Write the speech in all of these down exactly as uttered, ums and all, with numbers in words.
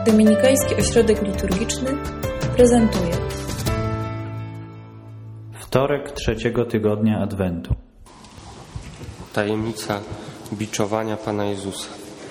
Dominikański Ośrodek Liturgiczny prezentuje Wtorek trzeciego tygodnia Adwentu. Tajemnica biczowania Pana Jezusa.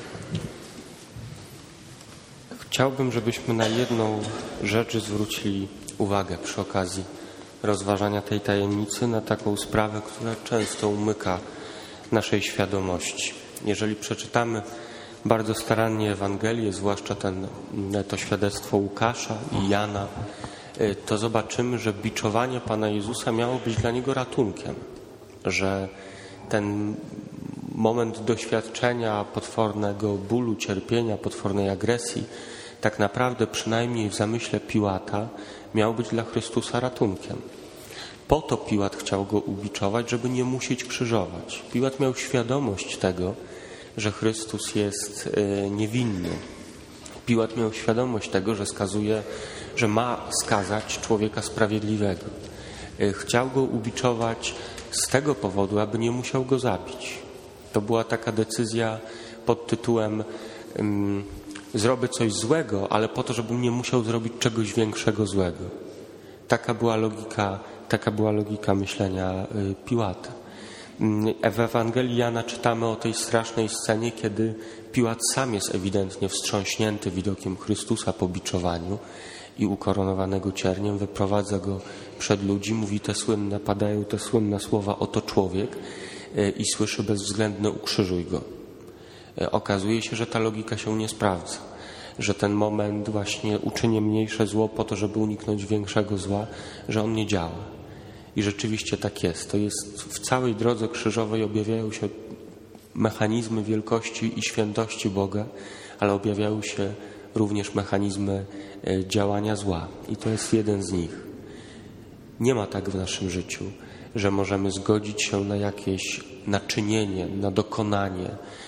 Chciałbym, żebyśmy na jedną rzecz zwrócili uwagę przy okazji rozważania tej tajemnicy, na taką sprawę, która często umyka naszej świadomości. Jeżeli przeczytamy bardzo starannie Ewangelię, zwłaszcza ten, to świadectwo Łukasza i Jana, to zobaczymy, że biczowanie Pana Jezusa miało być dla Niego ratunkiem, że ten moment doświadczenia potwornego bólu, cierpienia, potwornej agresji, tak naprawdę przynajmniej w zamyśle Piłata miał być dla Chrystusa ratunkiem. Po to Piłat chciał Go ubiczować, żeby nie musieć krzyżować. Piłat miał świadomość tego, że Chrystus jest niewinny. Piłat miał świadomość tego, że skazuje, że ma skazać człowieka sprawiedliwego. Chciał Go ubiczować z tego powodu, aby nie musiał Go zabić. To była taka decyzja pod tytułem um, zrobię coś złego, ale po to, żebym nie musiał zrobić czegoś większego złego. Taka była logika, taka była logika myślenia y, Piłata. W Ewangelii Jana czytamy o tej strasznej scenie, kiedy Piłat sam jest ewidentnie wstrząśnięty widokiem Chrystusa po biczowaniu i ukoronowanego cierniem, wyprowadza Go przed ludzi, mówi te słynne, padają te słynne słowa oto człowiek i słyszy bezwzględne ukrzyżuj Go. Okazuje się, że ta logika się nie sprawdza, że ten moment właśnie uczynię mniejsze zło po to, żeby uniknąć większego zła, że on nie działa. I rzeczywiście tak jest. To jest w całej drodze krzyżowej objawiają się mechanizmy wielkości i świętości Boga, ale objawiają się również mechanizmy działania zła. I to jest jeden z nich. Nie ma tak w naszym życiu, że możemy zgodzić się na jakieś naczynienie, na dokonanie,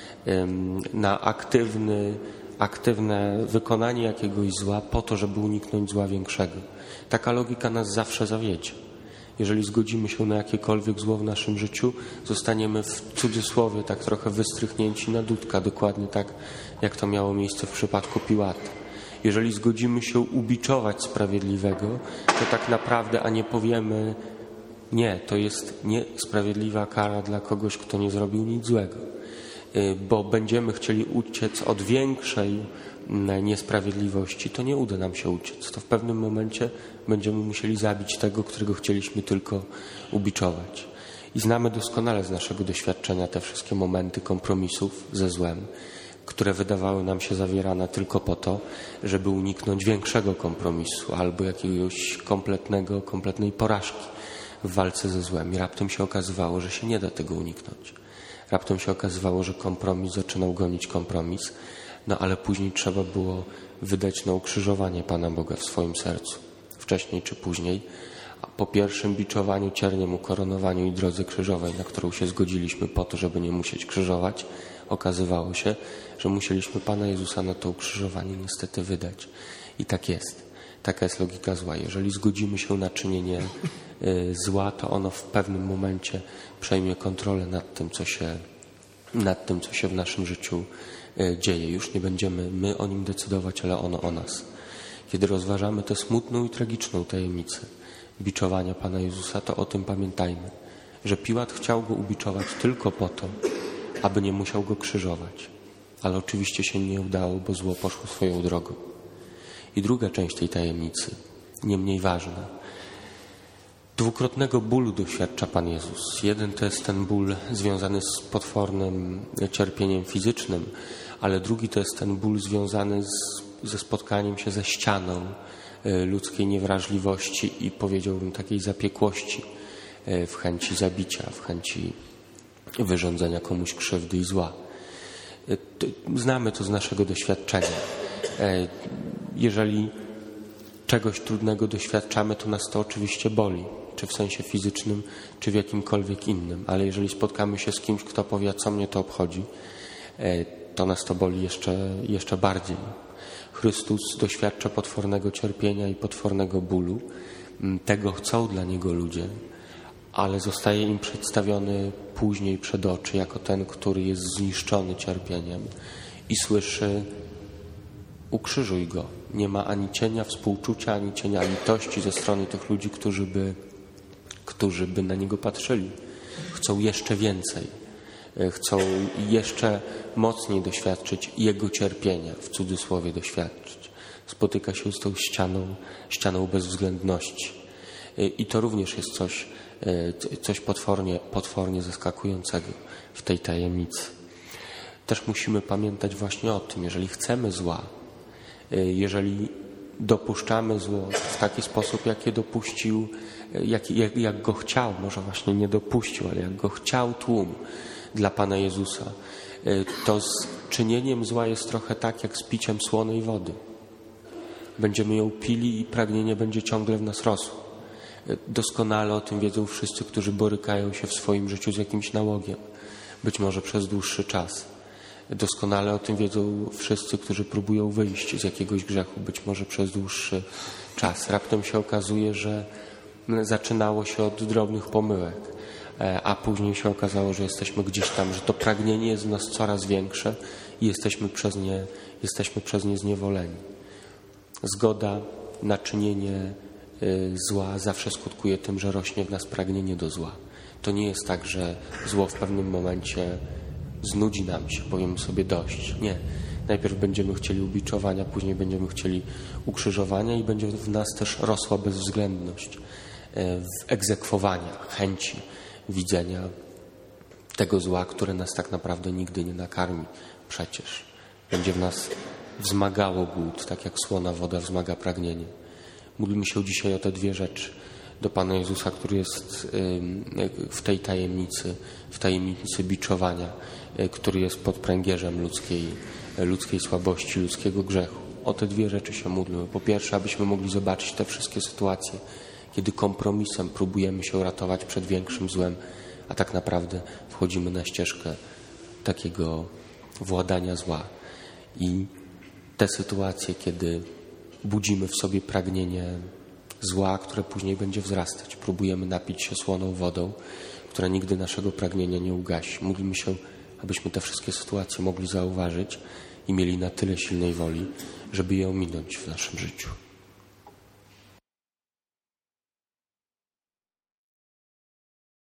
na aktywny, aktywne wykonanie jakiegoś zła po to, żeby uniknąć zła większego. Taka logika nas zawsze zawiedzie. Jeżeli zgodzimy się na jakiekolwiek zło w naszym życiu, zostaniemy w cudzysłowie tak trochę wystrychnięci na dudka, dokładnie tak, jak to miało miejsce w przypadku Piłata. Jeżeli zgodzimy się ubiczować sprawiedliwego, to tak naprawdę, a nie powiemy nie, to jest niesprawiedliwa kara dla kogoś, kto nie zrobił nic złego, bo będziemy chcieli uciec od większej niesprawiedliwości, to nie uda nam się uciec. To w pewnym momencie będziemy musieli zabić tego, którego chcieliśmy tylko ubiczować. I znamy doskonale z naszego doświadczenia te wszystkie momenty kompromisów ze złem, które wydawały nam się zawierane tylko po to, żeby uniknąć większego kompromisu albo jakiegoś kompletnego, kompletnej porażki w walce ze złem. I raptem się okazywało, że się nie da tego uniknąć. Raptem się okazywało, że kompromis zaczynał gonić kompromis, no ale później trzeba było wydać na ukrzyżowanie Pana Boga w swoim sercu. Wcześniej czy później, a po pierwszym biczowaniu, cierniem, ukoronowaniu i drodze krzyżowej, na którą się zgodziliśmy po to, żeby nie musieć krzyżować, okazywało się, że musieliśmy Pana Jezusa na to ukrzyżowanie niestety wydać. I tak jest. Taka jest logika zła. Jeżeli zgodzimy się na czynienie y, zła, to ono w pewnym momencie przejmie kontrolę nad tym, co się, nad tym, co się w naszym życiu y, dzieje. Już nie będziemy my o nim decydować, ale ono o nas. Kiedy rozważamy tę smutną i tragiczną tajemnicę biczowania Pana Jezusa, to o tym pamiętajmy, że Piłat chciał Go ubiczować tylko po to, aby nie musiał Go krzyżować. Ale oczywiście się nie udało, bo zło poszło swoją drogą. I druga część tej tajemnicy, nie mniej ważna. Dwukrotnego bólu doświadcza Pan Jezus. Jeden to jest ten ból związany z potwornym cierpieniem fizycznym, ale drugi to jest ten ból związany z, ze spotkaniem się ze ścianą ludzkiej niewrażliwości i powiedziałbym takiej zapiekłości w chęci zabicia, w chęci wyrządzenia komuś krzywdy i zła. Znamy to z naszego doświadczenia. Jeżeli czegoś trudnego doświadczamy, to nas to oczywiście boli, czy w sensie fizycznym, czy w jakimkolwiek innym. Ale jeżeli spotkamy się z kimś, kto powie, co mnie to obchodzi, to nas to boli jeszcze, jeszcze bardziej. Chrystus doświadcza potwornego cierpienia i potwornego bólu. Tego chcą dla Niego ludzie, ale zostaje im przedstawiony później przed oczy jako ten, który jest zniszczony cierpieniem i słyszy ukrzyżuj go. Nie ma ani cienia współczucia, ani cienia litości ze strony tych ludzi, którzy by, którzy by na niego patrzyli. Chcą jeszcze więcej. Chcą jeszcze mocniej doświadczyć jego cierpienia, w cudzysłowie doświadczyć. Spotyka się z tą ścianą, ścianą bezwzględności. I to również jest coś, coś potwornie, potwornie zaskakującego w tej tajemnicy. Też musimy pamiętać właśnie o tym, jeżeli chcemy zła, jeżeli dopuszczamy zło w taki sposób, jak je dopuścił, jak, jak, jak go chciał, może właśnie nie dopuścił, ale jak go chciał tłum dla Pana Jezusa, to z czynieniem zła jest trochę tak, jak z piciem słonej wody. Będziemy ją pili i pragnienie będzie ciągle w nas rosło. Doskonale o tym wiedzą wszyscy, którzy borykają się w swoim życiu z jakimś nałogiem, być może przez dłuższy czas. Doskonale o tym wiedzą wszyscy, którzy próbują wyjść z jakiegoś grzechu, być może przez dłuższy czas. Raptem się okazuje, że zaczynało się od drobnych pomyłek, a później się okazało, że jesteśmy gdzieś tam, że to pragnienie jest w nas coraz większe i jesteśmy przez nie, jesteśmy przez nie zniewoleni. Zgoda na czynienie zła zawsze skutkuje tym, że rośnie w nas pragnienie do zła. To nie jest tak, że zło w pewnym momencie znudzi nam się, powiemy sobie dość. Nie. Najpierw będziemy chcieli ubiczowania, później będziemy chcieli ukrzyżowania i będzie w nas też rosła bezwzględność w egzekwowania, chęci widzenia tego zła, które nas tak naprawdę nigdy nie nakarmi. Przecież będzie w nas wzmagało głód, tak jak słona woda wzmaga pragnienie. Módlmy się dzisiaj o te dwie rzeczy do Pana Jezusa, który jest w tej tajemnicy, w tajemnicy biczowania, który jest pod pręgierzem ludzkiej, ludzkiej słabości, ludzkiego grzechu. O te dwie rzeczy się módlmy. Po pierwsze, abyśmy mogli zobaczyć te wszystkie sytuacje, kiedy kompromisem próbujemy się ratować przed większym złem, a tak naprawdę wchodzimy na ścieżkę takiego władania zła. I te sytuacje, kiedy budzimy w sobie pragnienie zła, które później będzie wzrastać. Próbujemy napić się słoną wodą, która nigdy naszego pragnienia nie ugasi. Módlmy się, abyśmy te wszystkie sytuacje mogli zauważyć i mieli na tyle silnej woli, żeby je ominąć w naszym życiu.